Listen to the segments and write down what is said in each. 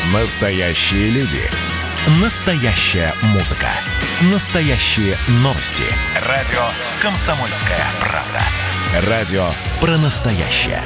Настоящие люди. Настоящая музыка. Настоящие новости. Радио «Комсомольская правда». Радио про настоящее.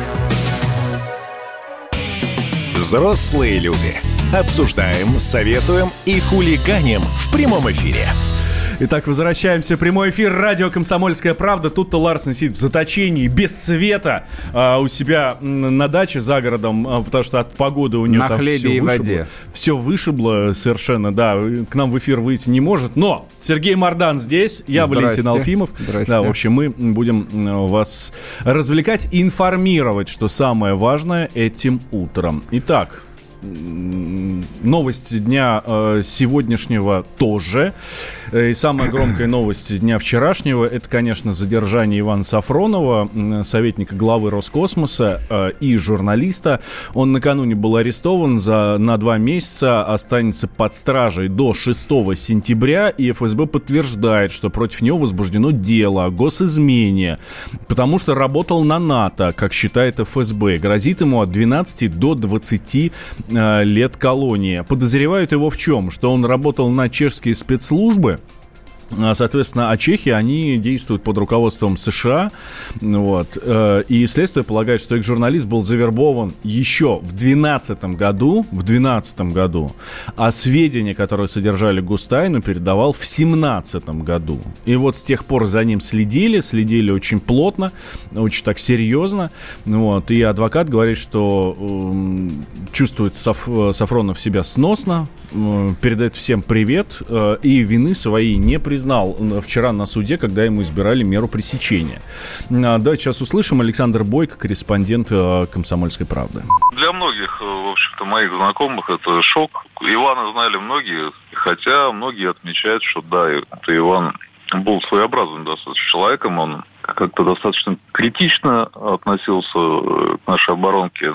Взрослые люди. Обсуждаем, советуем и хулиганим в прямом эфире. Итак, возвращаемся в прямой эфир. Радио «Комсомольская правда». Тут-то Ларсон сидит в заточении, без света, у себя на даче за городом, потому что от погоды у него на там хлебе все и вышибло. воде. Все вышибло совершенно, да. К нам в эфир выйти не может. Но Сергей Мордан здесь, я Валентин Алфимов. Да, в общем, мы будем вас развлекать и информировать, что самое важное этим утром. Итак, новость дня сегодняшнего тоже. И самая громкая новость дня вчерашнего — это, конечно, задержание Ивана Сафронова, советника главы Роскосмоса и журналиста. Он накануне был арестован на 2 месяца, останется под стражей до 6 сентября, и ФСБ подтверждает, что против него возбуждено дело о госизмене, потому что работал на НАТО, как считает ФСБ. Грозит ему от 12 до 20 лет колонии. Подозревают его в чем? Что он работал на чешские спецслужбы. Соответственно, а чехи, они действуют под руководством США. Вот. И следствие полагает, что их журналист был завербован еще в 2012 году, а сведения, которые содержали гостайну, передавал в 2017 году. И вот с тех пор за ним следили очень плотно, очень так серьезно. Вот. И адвокат говорит, что чувствует Сафронов себя сносно, передает всем привет, и вины своей не признал вчера на суде, когда ему избирали меру пресечения. Давайте сейчас услышим. Александр Бойко, корреспондент «Комсомольской правды». Для многих, в общем-то, моих знакомых это шок. Ивана знали многие, хотя многие отмечают, что да, это Иван был своеобразным достаточно человеком, он как-то достаточно критично относился к нашей оборонке,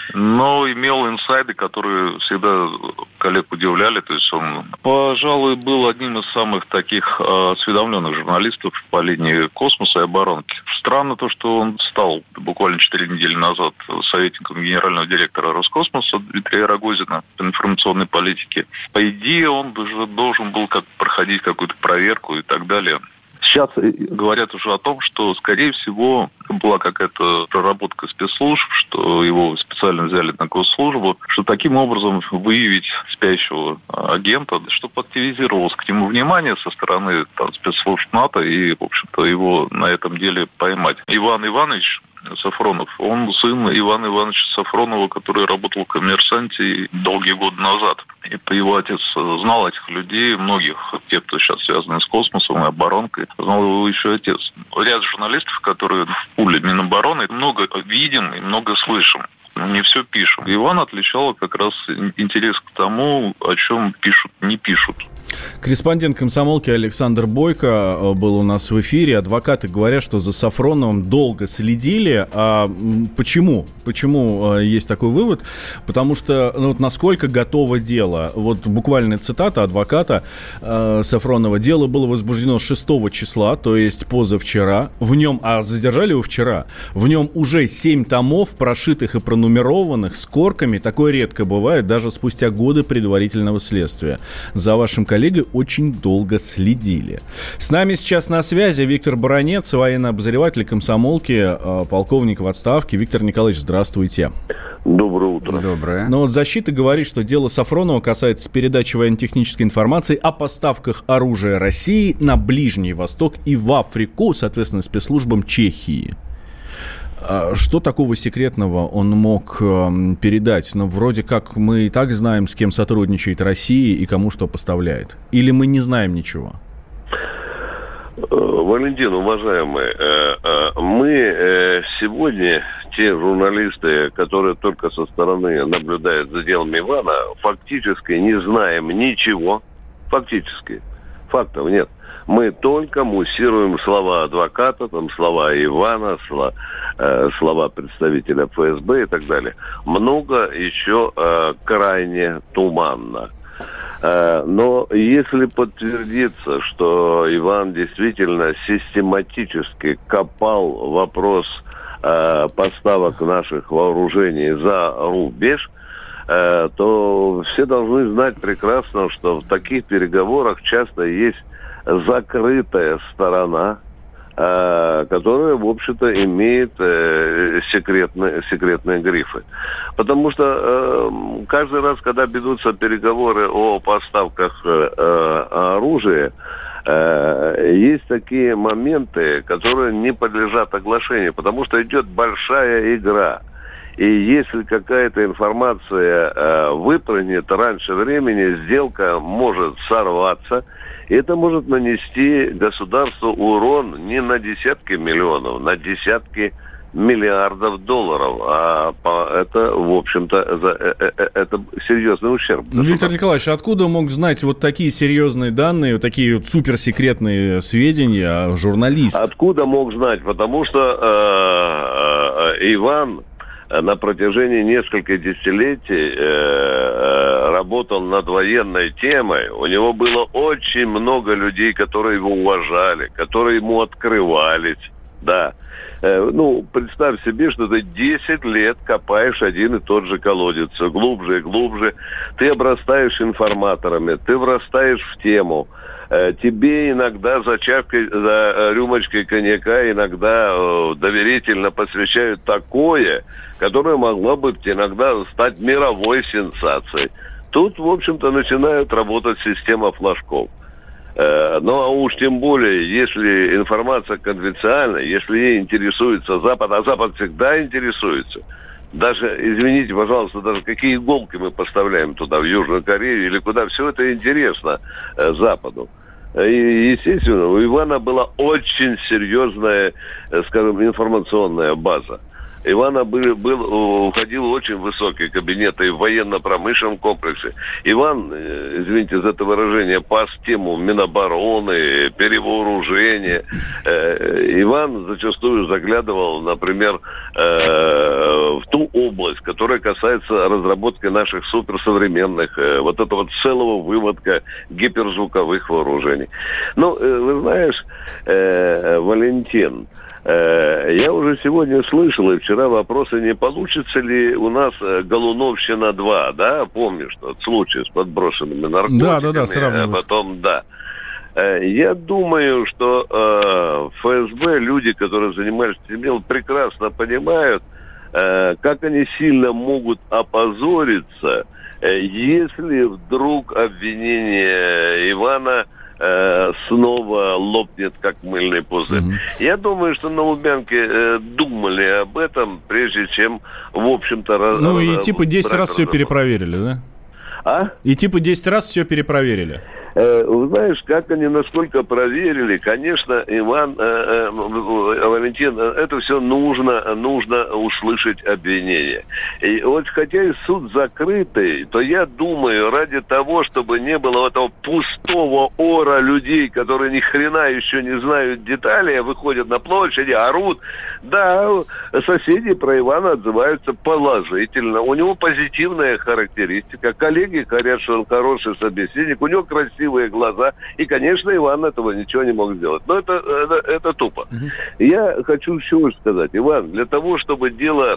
но имел инсайды, которые всегда коллег удивляли. То есть он, пожалуй, был одним из самых таких осведомленных журналистов по линии космоса и оборонки. Странно то, что он стал буквально 4 недели назад советником генерального директора Роскосмоса Дмитрия Рогозина по информационной политике. По идее, он уже должен был проходить какую-то проверку и так далее. Сейчас говорят уже о том, что, скорее всего, была какая-то проработка спецслужб, что его специально взяли на госслужбу, что таким образом выявить спящего агента, чтобы активизировалось к нему внимание со стороны спецслужб НАТО и, в общем-то, его на этом деле поймать. Иван Иванович Сафронов, он сын Ивана Ивановича Сафронова, который работал в «Коммерсанте» долгие годы назад. Это его отец знал этих людей, многих, те, кто сейчас связаны с космосом и оборонкой, знал его еще отец. Ряд журналистов, которые в пуле Минобороны, много видим и много слышим. Не все пишем. Иван отличал как раз интерес к тому, о чем пишут, не пишут. Корреспондент «Комсомолки» Александр Бойко был у нас в эфире. Адвокаты говорят, что за Сафроновым долго следили. А почему? Почему есть такой вывод? Потому что насколько готово дело. Вот буквальная цитата адвоката Сафронова. Дело было возбуждено 6 числа, то есть позавчера. В нем, задержали его вчера, в нем уже 7 томов, прошитых и пронумерованных, с корками. Такое редко бывает, даже спустя годы предварительного следствия. За вашим коллегой очень долго следили. С нами сейчас на связи Виктор Баранец, военный обозреватель «Комсомолки», полковник в отставке. Виктор Николаевич, здравствуйте. Доброе утро. Доброе. Но защита говорит, что дело Сафронова касается передачи военно-технической информации о поставках оружия России на Ближний Восток и в Африку, соответственно, спецслужбам Чехии. Что такого секретного он мог передать? Вроде как мы и так знаем, с кем сотрудничает Россия и кому что поставляет. Или мы не знаем ничего? Валентин, уважаемый, мы сегодня, те журналисты, которые только со стороны наблюдают за делом Ивана, фактически не знаем ничего. Фактически. Фактов нет. Мы только муссируем слова адвоката, слова Ивана, слова представителя ФСБ и так далее. Много еще крайне туманно. Но если подтвердится, что Иван действительно систематически копал вопрос поставок наших вооружений за рубеж, то все должны знать прекрасно, что в таких переговорах часто есть закрытая сторона, которая, в общем-то, имеет секретные грифы. Потому что каждый раз, когда ведутся переговоры о поставках оружия, есть такие моменты, которые не подлежат оглашению, потому что идет большая игра. И если какая-то информация выпрыгнет раньше времени, сделка может сорваться. И это может нанести государству урон не на десятки миллионов, на десятки миллиардов долларов. А это, в общем-то, это серьезный ущерб. Виктор Николаевич, откуда мог знать вот такие серьезные данные, вот такие вот суперсекретные сведения журналист? Откуда мог знать? Потому что Иван на протяжении нескольких десятилетий работал над военной темой. У него было очень много людей, которые его уважали, которые ему открывались. Да. Представь себе, что ты 10 лет копаешь один и тот же колодец, все глубже и глубже. Ты обрастаешь информаторами, ты врастаешь в тему. Тебе иногда за рюмочкой коньяка иногда доверительно посвящают такое, которое могло бы иногда стать мировой сенсацией. Тут, в общем-то, начинает работать система флажков. Ну, а уж тем более, если информация конфиденциальна, если ей интересуется Запад, а Запад всегда интересуется, даже, извините, пожалуйста, даже какие иголки мы поставляем туда, в Южную Корею или куда, все это интересно Западу. И, естественно, у Ивана была очень серьезная, скажем, информационная база. Ивана уходил в очень высокие кабинеты в военно-промышленном комплексе. Иван, извините за это выражение, пас тему Минобороны, перевооружения. Иван зачастую заглядывал, например, в ту область, которая касается разработки наших суперсовременных, вот этого целого выводка гиперзвуковых вооружений. Ну, вы знаешь, Валентин, я уже сегодня слышал, и вчера вопросы, не получится ли у нас Голуновщина-2, да, помнишь тот случай с подброшенными наркотиками? Да, сравнивать. Потом, да. Я думаю, что ФСБ, люди, которые занимались этим делом, прекрасно понимают, как они сильно могут опозориться, если вдруг обвинение Ивана снова лопнет, как мыльный пузырь. Я думаю, что на Лубянке думали об этом, прежде чем, в общем-то... Ну и типа 10 раз все перепроверили, да? А? И типа 10 раз все перепроверили. Знаешь, как они насколько проверили, конечно, Иван, Валентин, это все нужно услышать обвинение. И вот хотя и суд закрытый, то я думаю, ради того, чтобы не было этого пустого ора людей, которые ни хрена еще не знают деталей, выходят на площади, орут, да, соседи про Ивана отзываются положительно. У него позитивная характеристика. Коллеги говорят, что он хороший собеседник, у него красивые глаза. И, конечно, Иван этого ничего не мог сделать. Но это тупо. Я хочу еще сказать, Иван, для того, чтобы дело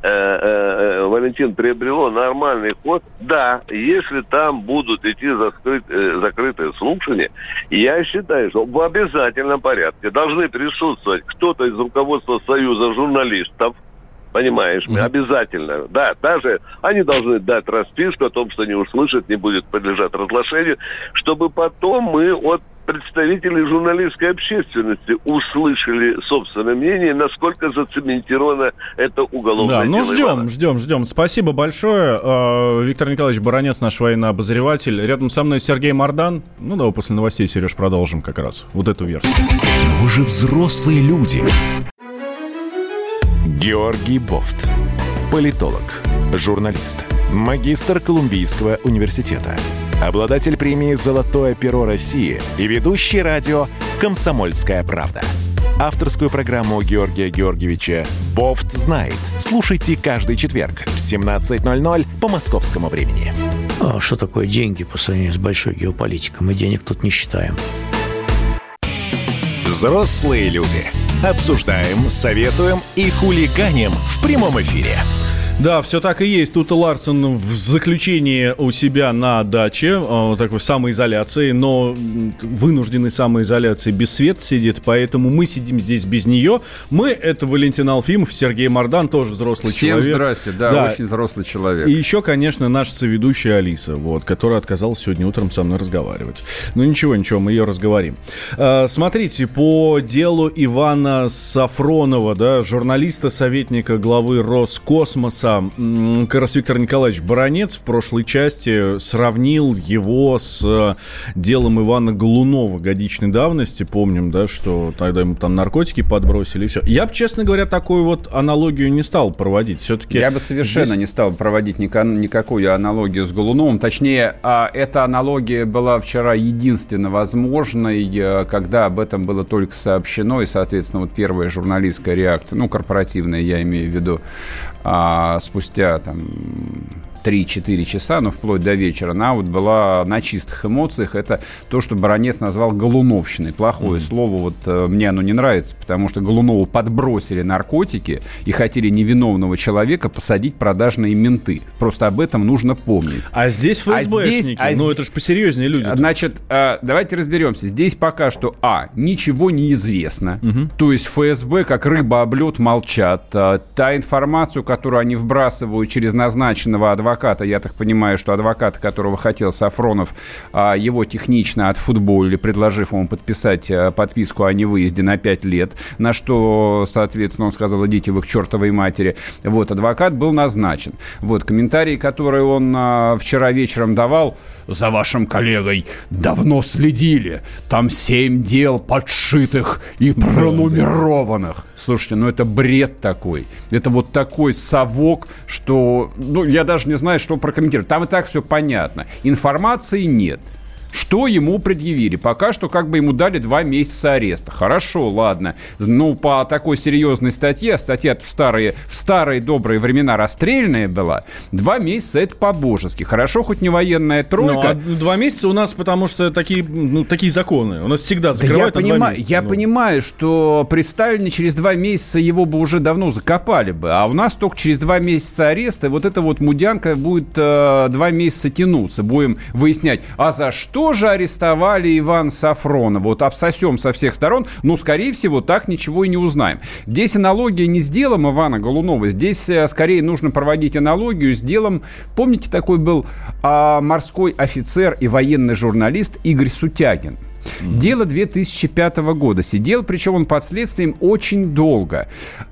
Валентин приобрело нормальный ход, да, если там будут идти закрытые слушания, я считаю, что в обязательном порядке должны присутствовать кто-то из руководства Союза журналистов, понимаешь, обязательно. Да, даже они должны дать расписку о том, что не услышат, не будет подлежать разглашению, чтобы потом мы от представителей журналистской общественности услышали собственное мнение, насколько зацементировано это уголовное дело. Да, ждем. Спасибо большое. Виктор Николаевич Баранец, наш военный обозреватель. Рядом со мной Сергей Мордан. Ну, давай после новостей, Сереж, продолжим как раз вот эту версию. Но вы же взрослые люди. Георгий Бофт. Политолог, журналист, магистр Колумбийского университета, обладатель премии «Золотое перо России» и ведущий радио «Комсомольская правда». Авторскую программу Георгия Георгиевича «Бофт знает». Слушайте каждый четверг в 17:00 по московскому времени. Что такое деньги по сравнению с большой геополитикой? Мы денег тут не считаем. Взрослые люди. Обсуждаем, советуем и хулиганим в прямом эфире. Да, все так и есть. Тут Ларсон в заключении у себя на даче, такой в самоизоляции, но вынужденной самоизоляции, без света сидит, поэтому мы сидим здесь без нее. Мы — это Валентин Алфимов, Сергей Мордан, тоже взрослый человек. Всем здрасте, да, очень взрослый человек. И еще, конечно, наша соведущая Алиса, которая отказалась сегодня утром со мной разговаривать. Ну ничего, мы ее разговорим. Смотрите, по делу Ивана Сафронова, да, журналиста, советника главы Роскосмоса, как раз Виктор Николаевич Баранец в прошлой части сравнил его с делом Ивана Голунова годичной давности. Помним, да, что тогда ему там наркотики подбросили и все. Я бы, честно говоря, такую аналогию не стал проводить. Все-таки я бы совершенно не стал проводить никакую аналогию с Голуновым. Точнее, эта аналогия была вчера единственно возможной, когда об этом было только сообщено, и, соответственно, первая журналистская реакция, корпоративная, я имею в виду, спустя 3-4 часа, вплоть до вечера, она была на чистых эмоциях. Это то, что Баранец назвал голуновщиной. Плохое слово, мне оно не нравится, потому что Голунову подбросили наркотики и хотели невиновного человека посадить продажные менты. Просто об этом нужно помнить. А здесь ФСБшники, это же посерьезнее люди. Значит, давайте разберемся. Здесь пока что, ничего не известно. То есть ФСБ, как рыба об лед, молчат. Та информацию, которую они вбрасывают через назначенного адвоката, я так понимаю, что адвокат, которого хотел Сафронов, его технично отфутболили, предложив ему подписать подписку о невыезде на 5 лет, на что, соответственно, он сказал: идите вы к чертовой матери. Адвокат был назначен. Комментарии, которые он вчера вечером давал: за вашим коллегой давно следили. Там 7 дел подшитых и пронумерованных. Слушайте, это бред такой. Это такой совок, что... я даже не знаю, что прокомментировать. Там и так все понятно. Информации нет. Что ему предъявили? Пока что ему дали 2 месяца ареста. Хорошо, ладно. По такой серьезной статье, статья в старые добрые времена расстрельная была, 2 месяца это по-божески. Хорошо, хоть не военная тройка. 2 месяца у нас, потому что такие законы. У нас всегда закрывают на 2 месяца. Я понимаю, что при Сталине через 2 месяца его бы уже давно закопали бы. А у нас только через 2 месяца ареста эта мудянка будет 2 месяца тянуться. Будем выяснять, а за что же арестовали Ивана Сафронова? Обсосем со всех сторон, скорее всего, так ничего и не узнаем. Здесь аналогия не с делом Ивана Голунова, здесь скорее нужно проводить аналогию с делом, помните, такой был морской офицер и военный журналист Игорь Сутягин. Дело 2005 года. Сидел, причем он под следствием очень долго.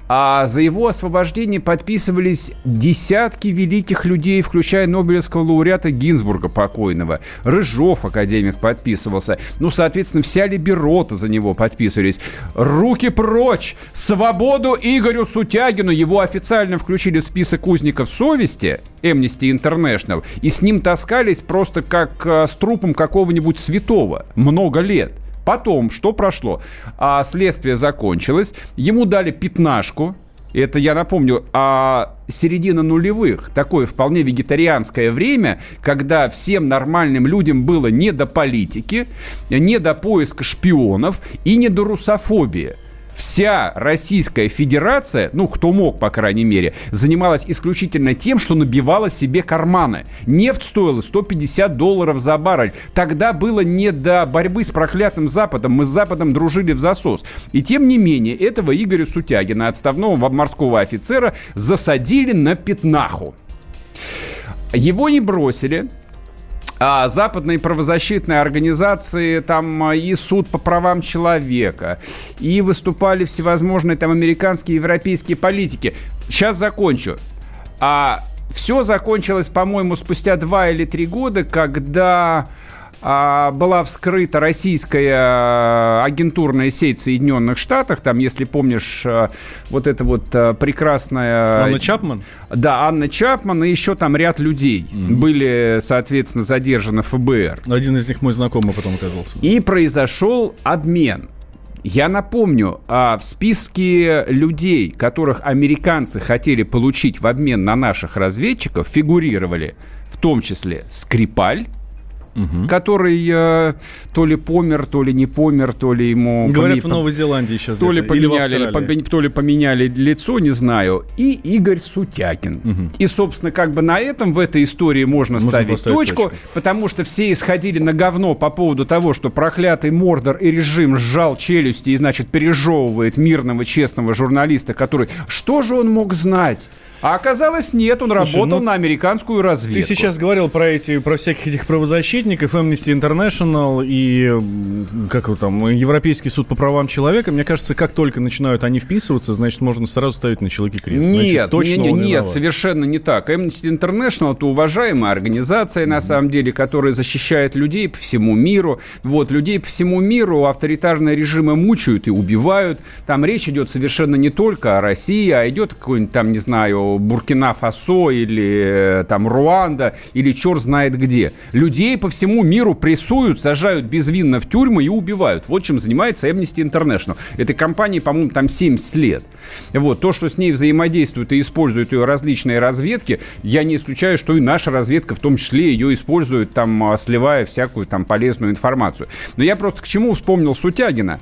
А за его освобождение подписывались десятки великих людей, включая Нобелевского лауреата Гинзбурга покойного. Рыжов, академик, подписывался. Соответственно, вся либерота за него подписывались. Руки прочь! Свободу Игорю Сутягину! Его официально включили в список узников совести, Amnesty International, и с ним таскались просто как с трупом какого-нибудь святого. Много лет. Потом, что прошло? Следствие закончилось, ему дали 15. Это, я напомню, середина нулевых. Такое вполне вегетарианское время, когда всем нормальным людям было не до политики, не до поиска шпионов и не до русофобии. Вся Российская Федерация, кто мог, по крайней мере, занималась исключительно тем, что набивала себе карманы. Нефть стоила $150 за баррель. Тогда было не до борьбы с проклятым Западом. Мы с Западом дружили в засос. И тем не менее, этого Игоря Сутягина, отставного морского офицера, засадили на пятнаху. Его не бросили. Западные правозащитные организации, и суд по правам человека, и выступали всевозможные американские и европейские политики. Сейчас закончу. Все закончилось, по-моему, спустя 2 или 3 года, когда была вскрыта российская агентурная сеть в Соединенных Штатах. Там, если помнишь, эта прекрасная... Анна Чапман? Да, Анна Чапман, и еще там ряд людей были, соответственно, задержаны ФБР. Один из них мой знакомый потом оказался. И произошел обмен. Я напомню, в списке людей, которых американцы хотели получить в обмен на наших разведчиков, фигурировали в том числе Скрипаль, который то ли помер, то ли не помер, то ли ему... Говорят, в Новой Зеландии сейчас то ли поменяли лицо, не знаю. И Игорь Сутягин. И, собственно, как бы на этом в этой истории можно ставить точку, потому что все исходили на говно по поводу того, что проклятый Мордор и режим сжал челюсти и, значит, пережевывает мирного, честного журналиста, который... Что же он мог знать? А оказалось, нет, он работал на американскую разведку. Ты сейчас говорил про всяких этих правозащитников, Amnesty International и Европейский суд по правам человека. Мне кажется, как только начинают они вписываться, значит, можно сразу ставить на человеке крест. Нет, совершенно не так. Amnesty International — это уважаемая организация, на самом деле, которая защищает людей по всему миру. Людей по всему миру авторитарные режимы мучают и убивают. Там речь идет совершенно не только о России, а идет какой-нибудь там, не знаю, Буркина-Фасо или там Руанда или черт знает где. Людей по всему миру прессуют, сажают безвинно в тюрьмы и убивают. Вот чем занимается Amnesty International. Этой компании, по-моему, там 70 лет. То, что с ней взаимодействуют и используют ее различные разведки, я не исключаю, что и наша разведка в том числе ее использует, там, сливая всякую там полезную информацию. Но я просто к чему вспомнил Сутягина.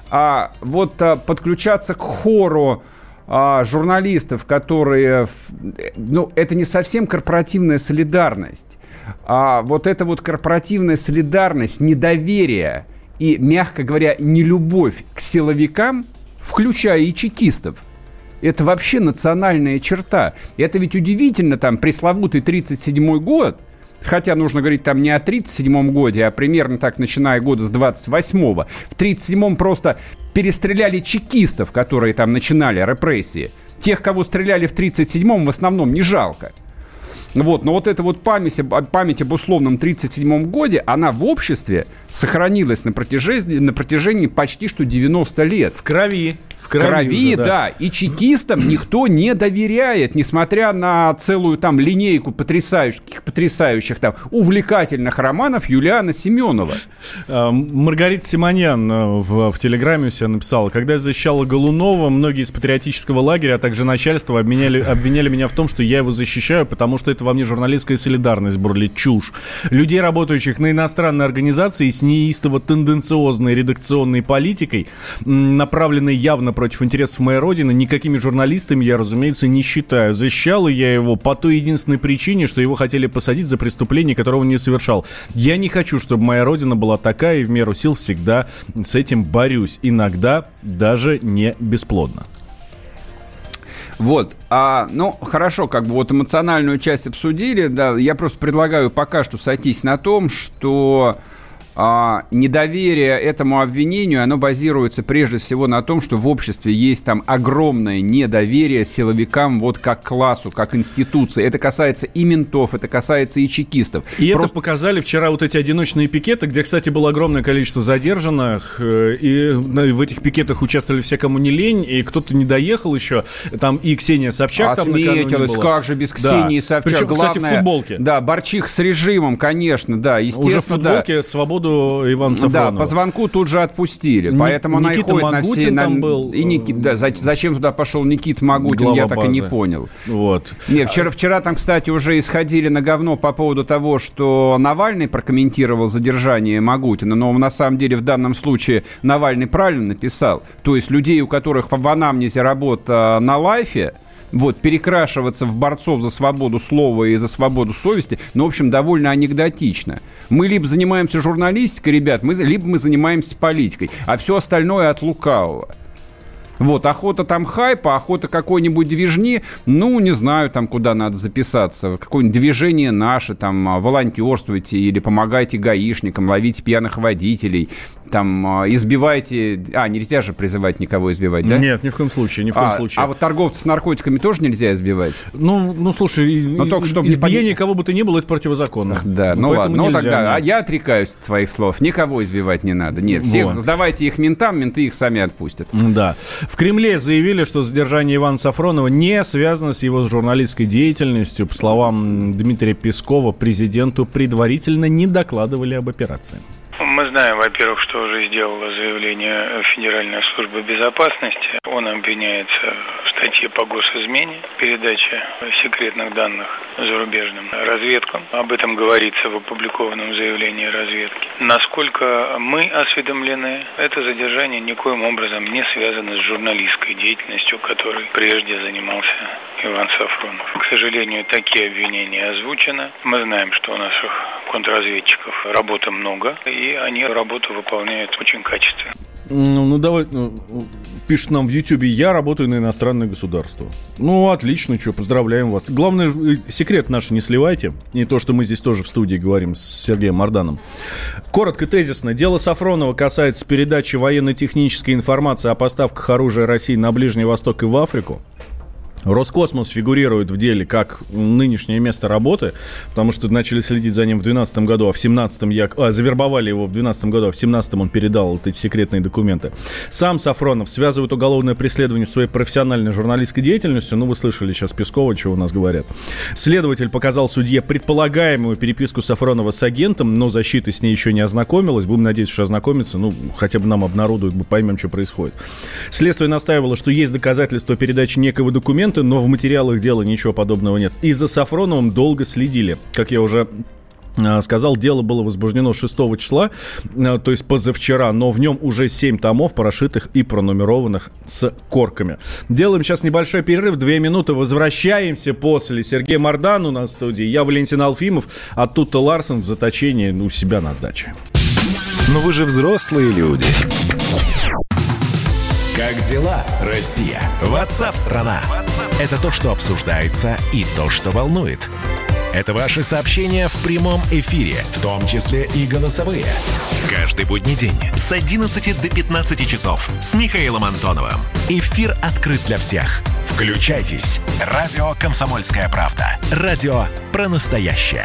Подключаться к хору журналистов, которые... это не совсем корпоративная солидарность. Эта корпоративная солидарность, недоверие и, мягко говоря, нелюбовь к силовикам, включая и чекистов, это вообще национальная черта. Это ведь удивительно, там, пресловутый 1937 год, хотя нужно говорить там не о 1937 годе, а примерно так, начиная года с 28-го. В 1937-м просто перестреляли чекистов, которые там начинали репрессии. Тех, кого стреляли в 1937-м, в основном не жалко. Но эта память об условном 1937 годе, она в обществе сохранилась на протяжении почти что 90 лет. В крови. В крови, да. И чекистам никто не доверяет, несмотря на целую там линейку потрясающих там увлекательных романов Юлиана Семенова. Маргарита Симоньян в Телеграме у себя написала: когда я защищала Голунова, многие из патриотического лагеря, а также начальство обвиняли меня в том, что я его защищаю, потому что это во мне журналистская солидарность бурлит. Чушь. Людей, работающих на иностранные организации с неистово-тенденциозной редакционной политикой, направленной явно против интересов моей родины, никакими журналистами я, разумеется, не считаю. Защищал я его по той единственной причине, что его хотели посадить за преступление, которого он не совершал. Я не хочу, чтобы моя родина была такая, и в меру сил всегда с этим борюсь. Иногда даже не бесплодно. Хорошо, эмоциональную часть обсудили, да, я просто предлагаю пока что сойтись на том, что недоверие этому обвинению, оно базируется прежде всего на том, что в обществе есть там огромное недоверие силовикам как классу, как институции. Это касается и ментов, это касается и чекистов. И это показали вчера эти одиночные пикеты, где, кстати, было огромное количество задержанных, и в этих пикетах участвовали все, кому не лень, и кто-то не доехал еще. Там и Ксения Собчак там накануне была. Как же без Ксении Собчак? Причем, главное, кстати, в футболке. Да, борчих с режимом, конечно, да, естественно. Уже в футболке «Свободу Ивана Сафронова». Да, по звонку тут же отпустили. Поэтому она и ходит на все... там был. Зачем туда пошел Никита Магутин, я так и не понял. Вчера там, кстати, уже исходили на говно по поводу того, что Навальный прокомментировал задержание Магутина, но на самом деле в данном случае Навальный правильно написал. То есть людей, у которых в анамнезе работа на лайфе, перекрашиваться в борцов за свободу слова и за свободу совести, в общем, довольно анекдотично. Мы либо занимаемся журналистикой, ребят, либо мы занимаемся политикой, а все остальное от лукавого. Охота там хайпа, охота какой-нибудь движни, не знаю, там, куда надо записаться, какое-нибудь движение наше, там, волонтерствуйте или помогайте гаишникам, ловите пьяных водителей, там, избивайте... нельзя же призывать никого избивать, да? Нет, ни в коем случае, А торговцев с наркотиками тоже нельзя избивать? Слушай, только чтобы избиение кого бы то ни было, это противозаконно. Да, ладно, тогда я отрекаюсь от своих слов, никого избивать не надо. Нет, всех сдавайте их ментам, менты их сами отпустят. Да. В Кремле заявили, что задержание Ивана Сафронова не связано с его журналистской деятельностью. По словам Дмитрия Пескова, президенту предварительно не докладывали об операции. Мы знаем, во-первых, что уже сделала заявление Федеральная служба безопасности. Он обвиняется в статье по госизмене, передаче секретных данных зарубежным разведкам. Об этом говорится в опубликованном заявлении разведки. Насколько мы осведомлены, это задержание никоим образом не связано с журналистской деятельностью, которой прежде занимался Иван Сафронов. К сожалению, такие обвинения озвучены. Мы знаем, что у наших контрразведчиков работы много, и они работу выполняют очень качественно. Давай, пишет нам в Ютьюбе: я работаю на иностранное государство. Отлично, поздравляем вас. Главное, секрет наш не сливайте. Не то, что мы здесь тоже в студии говорим с Сергеем Марданом. Коротко, тезисно. Дело Сафронова касается передачи военно-технической информации о поставках оружия России на Ближний Восток и в Африку. Роскосмос фигурирует в деле как нынешнее место работы, потому что начали следить за ним в 2012 году, а в 2017 завербовали его в 2012 году, а в 2017 он передал эти секретные документы. Сам Сафронов связывает уголовное преследование с своей профессиональной журналистской деятельностью. Вы слышали сейчас Пескова, чего у нас говорят. Следователь показал судье предполагаемую переписку Сафронова с агентом, но защита с ней еще не ознакомилась. Будем надеяться, что ознакомится, хотя бы нам обнародуют, мы поймем, что происходит. Следствие настаивало, что есть доказательства передачи некого документа, но в материалах дела ничего подобного нет. И за Сафроновым долго следили. Как я уже сказал, дело было возбуждено 6 числа, то есть позавчера, но в нем уже 7 томов, прошитых и пронумерованных с корками. Делаем сейчас небольшой перерыв, 2 минуты, возвращаемся после. Сергей Мардан у нас в студии, я Валентин Алфимов, а тут Ларсон в заточении у себя на даче. Но вы же взрослые люди. Как дела, Россия? WhatsApp-страна. Это то, что обсуждается, и то, что волнует. Это ваши сообщения в прямом эфире, в том числе и голосовые. Каждый будний день с 11 до 15 часов с Михаилом Антоновым. Эфир открыт для всех. Включайтесь. Радио «Комсомольская правда». Радио про настоящее.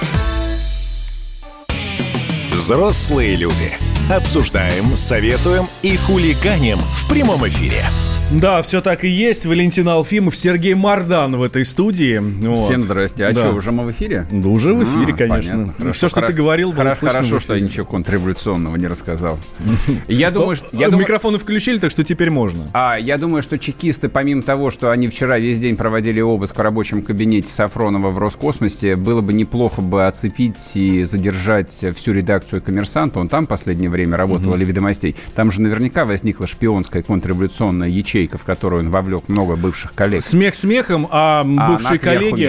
Взрослые люди. Обсуждаем, советуем и хулиганим в прямом эфире. Да, все так и есть. Валентин Алфимов, Сергей Мардан в этой студии. Всем здрасте. А что, уже мы в эфире? Да, уже в эфире, конечно. Все, что ты говорил, было слышно. Хорошо, что я ничего контрреволюционного не рассказал. Я думаю, микрофоны включили, так что теперь можно. Я думаю, что чекисты, помимо того, что они вчера весь день проводили обыск в рабочем кабинете Сафронова в Роскосмосе, было бы неплохо бы оцепить и задержать всю редакцию «Коммерсанта». Он там в последнее время работал, или «Ведомостей». Там же наверняка возникла шпионская контрреволюционная ячейка, в которую он вовлек много бывших коллег. Смех смехом, бывшие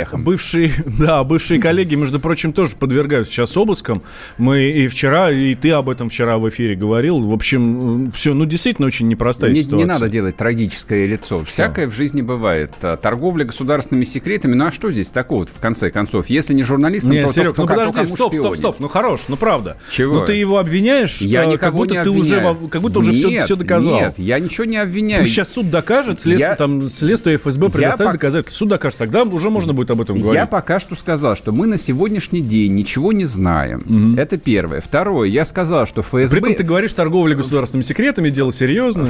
коллеги, между прочим, тоже подвергаются сейчас обыскам. Мы и вчера, и ты об этом вчера в эфире говорил. В общем, все, действительно очень непростая ситуация. Не надо делать трагическое лицо. Всякое в жизни бывает. Торговля государственными секретами, а что здесь такого в конце концов? Если не журналистам, то Серег, подожди, стоп. Хорош, правда. Чего? Ты его обвиняешь, я никого не обвиняю. Как будто уже все доказал. Нет, я ничего не обвиняю. Сейчас суд докажет, следствие ФСБ предоставит доказательства. Суд докажет, тогда уже можно будет об этом говорить. Я пока что сказал, что мы на сегодняшний день ничего не знаем. Это первое. Второе, я сказал, что ФСБ... При этом ты говоришь, торговля государственными секретами, дело серьезное.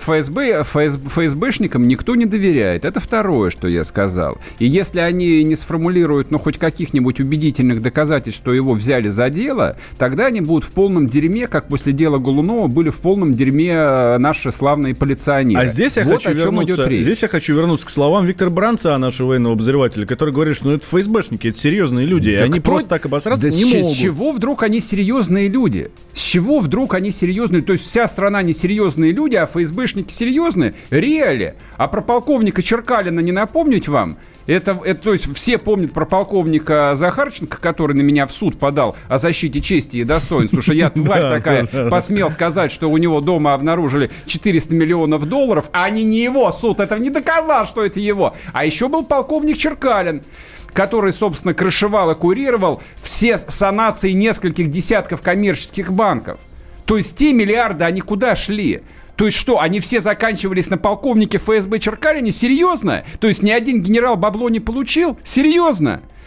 ФСБшникам никто не доверяет. Это второе, что я сказал. И если они не сформулируют, хоть каких-нибудь убедительных доказательств, что его взяли за дело, тогда они будут в полном дерьме, как после дела Голунова были в полном дерьме наши славные полиционеры. А здесь я хочу вернуться к словам Виктора Бранца, нашего военного обозревателя, который говорит, что это ФСБшники, это серьезные люди, и они просто так обосраться не могут. С чего вдруг они серьезные люди? С чего вдруг они серьезные? То есть вся страна несерьезные люди, а ФСБшники серьезные? Реали. А про полковника Черкалина не напомнить вам? То есть все помнят про полковника Захарченко, который на меня в суд подал о защите чести и достоинства, потому что я, тварь такая, посмел сказать, что у него дома обнаружили $400 миллионов, а они не его, суд это не доказал, что это его. А еще был полковник Черкалин, который, собственно, крышевал и курировал все санации нескольких десятков коммерческих банков. То есть те миллиарды, они куда шли? То есть что, они все заканчивались на полковнике ФСБ Черкалине? Серьезно? То есть ни один генерал бабло не получил? Серьезно?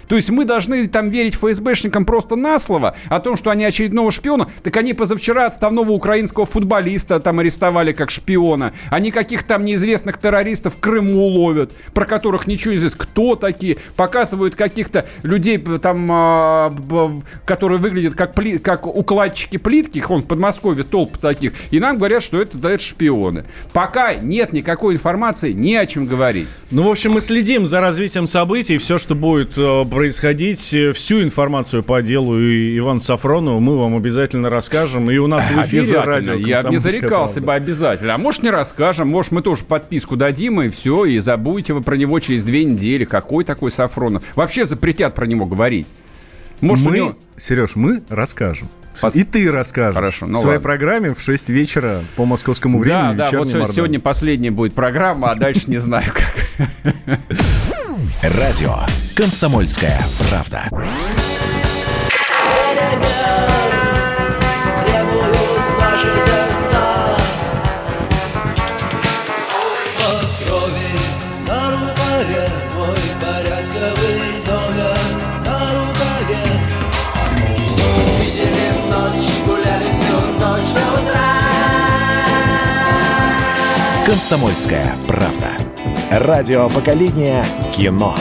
То есть мы должны там верить ФСБшникам просто на слово о том, что они очередного шпиона. Так они позавчера отставного украинского футболиста там арестовали как шпиона. Они каких-то там неизвестных террористов в Крыму ловят, про которых ничего не известно. Кто такие? Показывают каких-то людей там, которые выглядят как укладчики плитки. В Подмосковье толпы таких. И нам говорят, что это шпионы. Пока нет никакой информации, не о чем говорить. Ну, в общем, мы следим за развитием событий. Все, что будет происходить, всю информацию по делу Ивана Сафронова мы вам обязательно расскажем. И у нас в эфире радио «Комсомольская правда». Я не зарекался бы обязательно. А может, не расскажем. Может, мы тоже подписку дадим, и все. И забудете вы про него через 2 недели. Какой такой Сафронов? Вообще запретят про него говорить. Может, Сереж, мы расскажем. И ты расскажешь. Хорошо, в своей программе в 6 вечера по московскому времени. Да, вот сегодня последняя будет программа, а дальше не знаю как. Радио «Комсомольская правда». «Комсомольская правда». Радио поколения кино.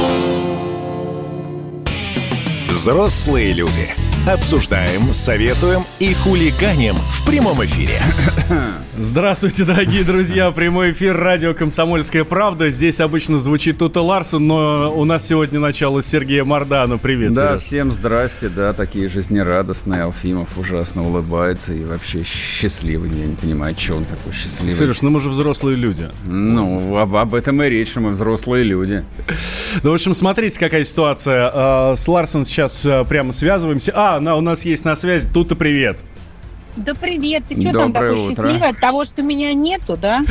Взрослые люди. Обсуждаем, советуем и хулиганим в прямом эфире. Здравствуйте, дорогие друзья. Прямой эфир радио «Комсомольская правда». Здесь обычно звучит Тута Ларсон, но у нас сегодня начало с Сергея Мардана. Привет, Да, Сереж. всем здрасте. Да, такие жизнерадостные. Алфимов ужасно улыбается и вообще счастливый. Я не понимаю, что он такой счастливый. Сереж, ну мы же взрослые люди. Ну, об этом и речь, что мы взрослые люди. Ну, в общем, смотрите, какая ситуация. С Ларсон сейчас прямо связываемся. У нас есть на связи Тута, привет. Да привет, ты что там такой счастливый от того, что меня нету, да?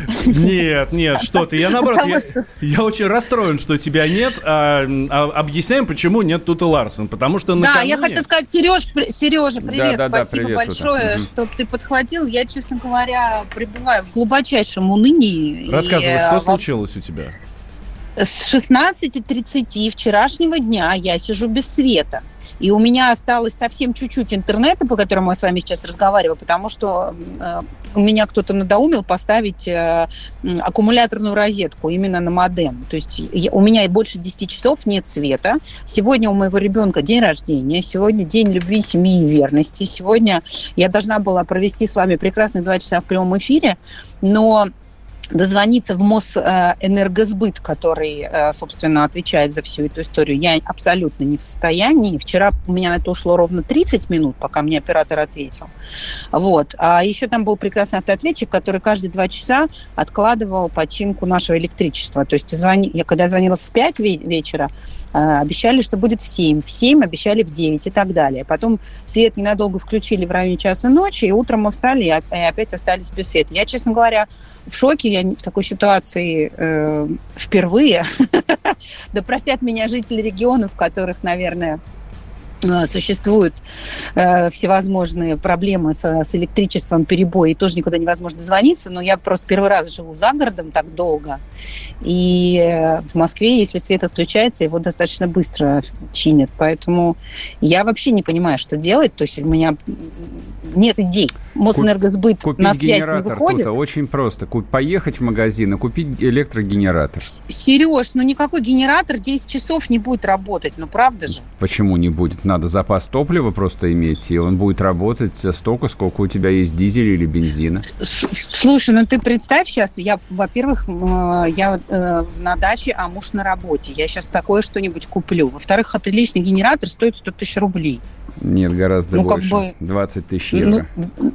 Нет, что ты, я наоборот, я очень расстроен, что тебя нет. Объясняем, почему нет Туты Ларсон, потому что накануне... Да, я хотела сказать, Сережа, привет, да, спасибо привет, большое, что ты подхватил. Я, честно говоря, пребываю в глубочайшем унынии. Рассказывай, что случилось у тебя? С 16:30 вчерашнего дня я сижу без света. И у меня осталось совсем чуть-чуть интернета, по которому я с вами сейчас разговариваю, потому что у меня кто-то надоумил поставить аккумуляторную розетку именно на модем. То есть у меня больше 10 часов нет света. Сегодня у моего ребенка день рождения, сегодня день любви, семьи и верности. Сегодня я должна была провести с вами прекрасные 2 часа в прямом эфире, но... дозвониться в Мосэнергосбыт, который, собственно, отвечает за всю эту историю, я абсолютно не в состоянии. Вчера у меня на это ушло ровно 30 минут, пока мне оператор ответил. Вот. А еще там был прекрасный автоответчик, который каждые 2 часа откладывал починку нашего электричества. То есть я когда звонила в 5 вечера, обещали, что будет в 7. В 7 обещали в 9 и так далее. Потом свет ненадолго включили в районе часа ночи, и утром мы встали и опять остались без света. Я, честно говоря, в шоке. Я в такой ситуации впервые. Да простят меня жители регионов, в которых, наверное, существуют всевозможные проблемы с электричеством, перебои, и тоже никуда невозможно дозвониться, но я просто первый раз живу за городом так долго, и в Москве, если свет отключается, его достаточно быстро чинят, поэтому я вообще не понимаю, что делать, то есть у меня нет идей. Мосэнергосбыт на связь не выходит. Очень просто. Поехать в магазин и купить электрогенератор. Сереж, никакой генератор 10 часов не будет работать, правда же? Почему не будет? Надо запас топлива просто иметь, и он будет работать столько, сколько у тебя есть дизеля или бензина. Слушай, ты представь сейчас, во-первых, я на даче, а муж на работе. Я сейчас такое что-нибудь куплю. Во-вторых, приличный генератор стоит 100 тысяч рублей. Нет, гораздо больше. 20 тысяч евро.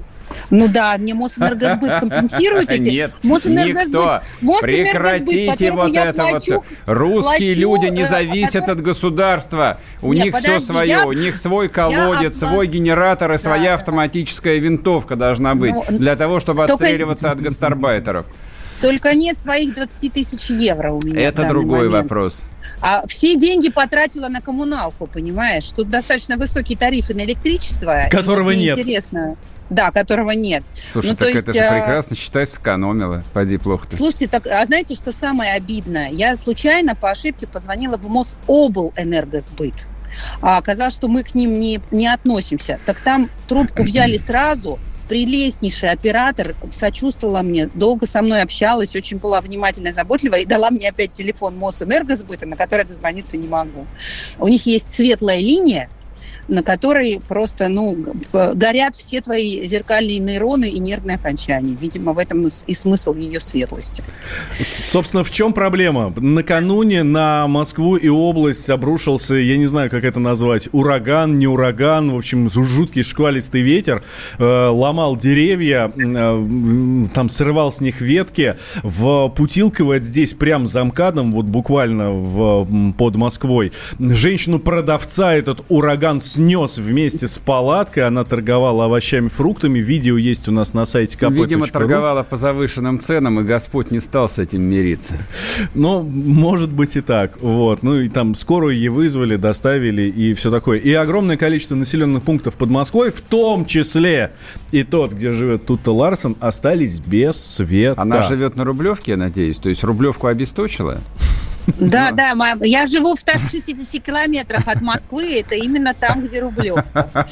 Да, мне Мосэнергосбыт компенсирует эти. Нет, никто. Прекратите вот это вот все. Русские люди не зависят от государства. У них все свое. У них свой колодец, свой генератор и своя автоматическая винтовка должна быть для того, чтобы отстреливаться от гастарбайтеров. Только нет своих 20 тысяч евро у меня. Это другой вопрос. А все деньги потратила на коммуналку, понимаешь? Тут достаточно высокие тарифы на электричество. Которого нет. Интересно. Да, которого нет. Слушай, так это же прекрасно, считай, сэкономила. Поди плохо-то. Слушайте, так, а знаете, что самое обидное? Я случайно по ошибке позвонила в Мособлэнергосбыт. А оказалось, что мы к ним не относимся. Так там трубку взяли сразу. Прелестнейший оператор сочувствовала мне, долго со мной общалась, очень была внимательная, заботливая и дала мне опять телефон Мосэнергосбыта, на который дозвониться не могу. У них есть светлая линия, на которой просто, горят все твои зеркальные нейроны и нервные окончания. Видимо, в этом и смысл ее светлости. Собственно, в чем проблема? Накануне на Москву и область обрушился, я не знаю, как это назвать, ураган, не ураган, в общем, жуткий шквалистый ветер, ломал деревья, там срывал с них ветки. В Путилково, это здесь прям за МКАДом, вот буквально под Москвой, женщину-продавца этот ураган снес вместе с палаткой. Она торговала овощами, фруктами. Видео есть у нас на сайте kp.ru. Видимо, торговала по завышенным ценам, и Господь не стал с этим мириться. Ну, может быть и так. Вот. Ну, и там скорую ей вызвали, доставили и все такое. И огромное количество населенных пунктов под Москвой, в том числе и тот, где живет Тутта Ларсон, остались без света. Она живет на Рублевке, я надеюсь? То есть Рублевку обесточила? Да, я живу в 160 километрах от Москвы, это именно там, где Рублевка.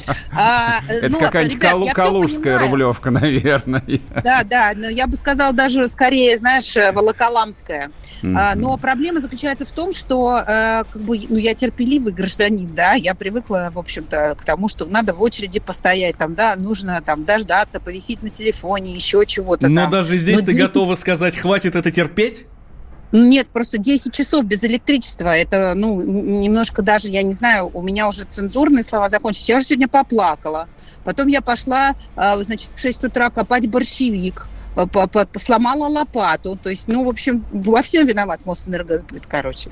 Это какая-нибудь Калужская Рублевка, наверное. Да, но я бы сказала даже скорее, знаешь, Волоколамская. Но проблема заключается в том, что я терпеливый гражданин, да, я привыкла, в общем-то, к тому, что надо в очереди постоять, там, да, нужно там дождаться, повисеть на телефоне, еще чего-то. Но даже здесь ты готова сказать, хватит это терпеть? Нет, просто 10 часов без электричества, это, немножко даже, я не знаю, у меня уже цензурные слова закончились. Я уже сегодня поплакала. Потом я пошла, значит, в 6 утра копать борщевик, сломала лопату. То есть, в общем, во всем виноват Мосэнергосбыт, короче.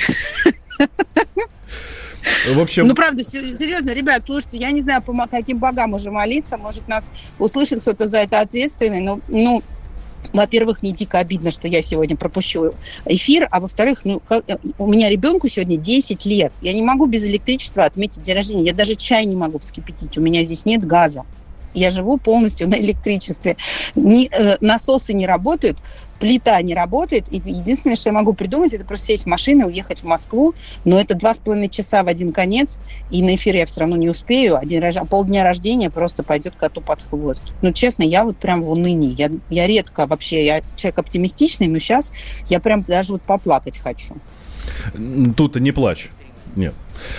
В общем... правда, серьезно, ребят, слушайте, я не знаю, по каким богам уже молиться, может, нас услышит кто-то за это ответственный, но во-первых, мне дико обидно, что я сегодня пропущу эфир, а во-вторых, у меня ребенку сегодня 10 лет. Я не могу без электричества отметить день рождения. Я даже чай не могу вскипятить. У меня здесь нет газа. Я живу полностью на электричестве. Насосы не работают, плита не работает. И единственное, что я могу придумать, это просто сесть в машину и уехать в Москву. Но это 2,5 часа в один конец. И на эфир я все равно не успею. Полдня рождения просто пойдет коту под хвост. Честно, я вот прям в унынии. Я редко вообще, я человек оптимистичный, но сейчас я прям даже вот поплакать хочу. Тут не плачь. Нет.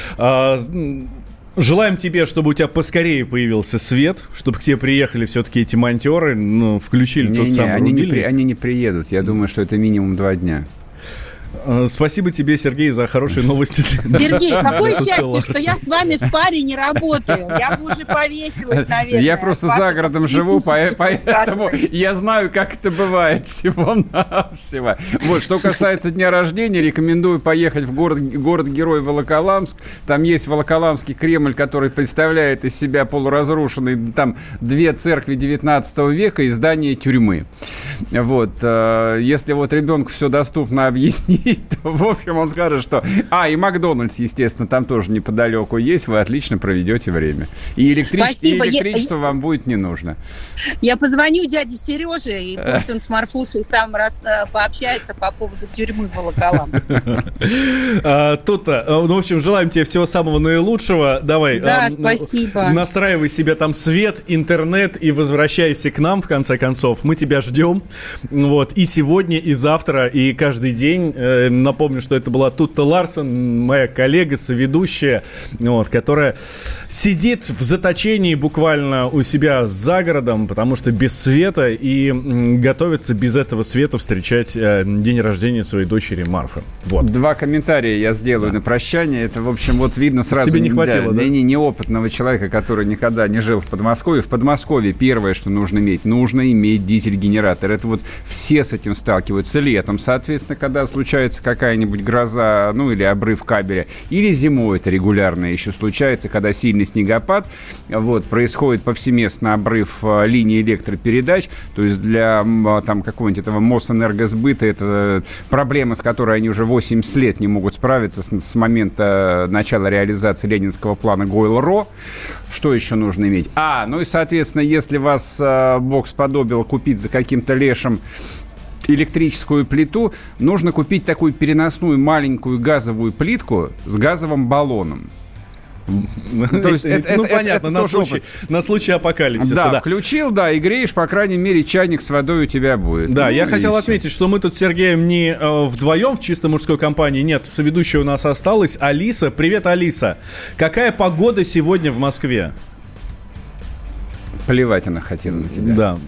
Желаем тебе, чтобы у тебя поскорее появился свет, чтобы к тебе приехали все-таки эти монтеры, включили тот самый рубильник. Они не приедут. Я думаю, что это минимум 2 дня. Спасибо тебе, Сергей, за хорошие новости. Сергей, какое счастье, что я с вами в паре не работаю. Я бы уже повесилась, наверное. Я просто за городом живу, поэтому я знаю, как это бывает всего-навсего. Вот, что касается дня рождения, рекомендую поехать в город-герой Волоколамск. Там есть Волоколамский Кремль, который представляет из себя полуразрушенный, там 2 церкви 19 века и здание тюрьмы. Вот, если вот ребенку все доступно объяснить, то, в общем, он скажет, что... и Макдональдс, естественно, там тоже неподалеку есть, вы отлично проведете время. И электричество вам будет не нужно. Я позвоню дяде Сереже, и пусть он с Марфушей сам пообщается по поводу тюрьмы Волоколамска. Тут-то, в общем, желаем тебе всего самого наилучшего. Давай. Да, спасибо. Настраивай себе там свет, интернет и возвращайся к нам, в конце концов. Мы тебя ждем. Вот. И сегодня, и завтра, и каждый день. Напомню, что это была Тутта Ларсон, моя коллега, соведущая, которая сидит в заточении буквально у себя за городом, потому что без света, и готовится без этого света встречать день рождения своей дочери Марфы. Вот. 2 комментария я сделаю на прощание. Это, в общем, вот видно сразу... Тебе не хватило, да? Неопытного человека, который никогда не жил в Подмосковье. В Подмосковье первое, что нужно иметь дизель-генератор. Это вот все с этим сталкиваются летом. Соответственно, когда случается какая-нибудь гроза, или обрыв кабеля, или зимой это регулярно еще случается, когда сильно сильный снегопад. Вот, происходит повсеместно обрыв линии электропередач. То есть для там какого-нибудь этого Мосэнергосбыта это проблема, с которой они уже 80 лет не могут справиться с момента начала реализации ленинского плана Гойл-Ро. Что еще нужно иметь? Ну и, соответственно, если вас Бог сподобил купить за каким-то лешим электрическую плиту, нужно купить такую переносную маленькую газовую плитку с газовым баллоном. То есть понятно, на случай апокалипсиса. Да, включил, и греешь, по крайней мере, чайник с водой у тебя будет. Да, я хотел отметить, что мы тут с Сергеем не вдвоем в чисто мужской компании. Нет, соведущая у нас осталась Алиса. Привет, Алиса. Какая погода сегодня в Москве? Плевать она хотела на тебя. Да.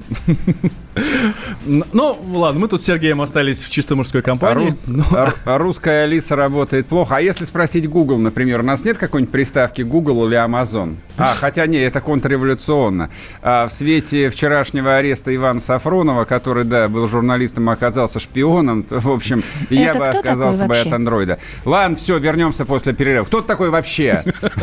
Ну, ладно, мы тут с Сергеем остались в чисто мужской компании. Русская Алиса работает плохо. А если спросить Google, например, у нас нет какой-нибудь приставки Google или Amazon? Хотя не, это контрреволюционно. В свете вчерашнего ареста Ивана Сафронова, который, был журналистом, оказался шпионом, то, в общем, я бы отказался бы от андроида. Ладно, все, вернемся после перерыва. Кто такой вообще?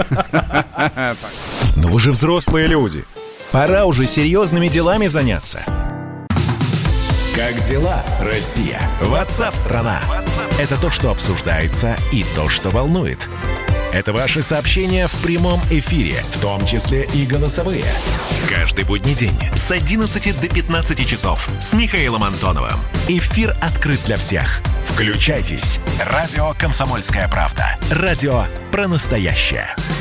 Ну вы же взрослые люди. Пора уже серьезными делами заняться. Как дела, Россия? WhatsApp-страна. Это то, что обсуждается, и то, что волнует. Это ваши сообщения в прямом эфире, в том числе и голосовые. Каждый будний день с 11 до 15 часов с Михаилом Антоновым. Эфир открыт для всех. Включайтесь. Радио «Комсомольская правда». Радио про настоящее.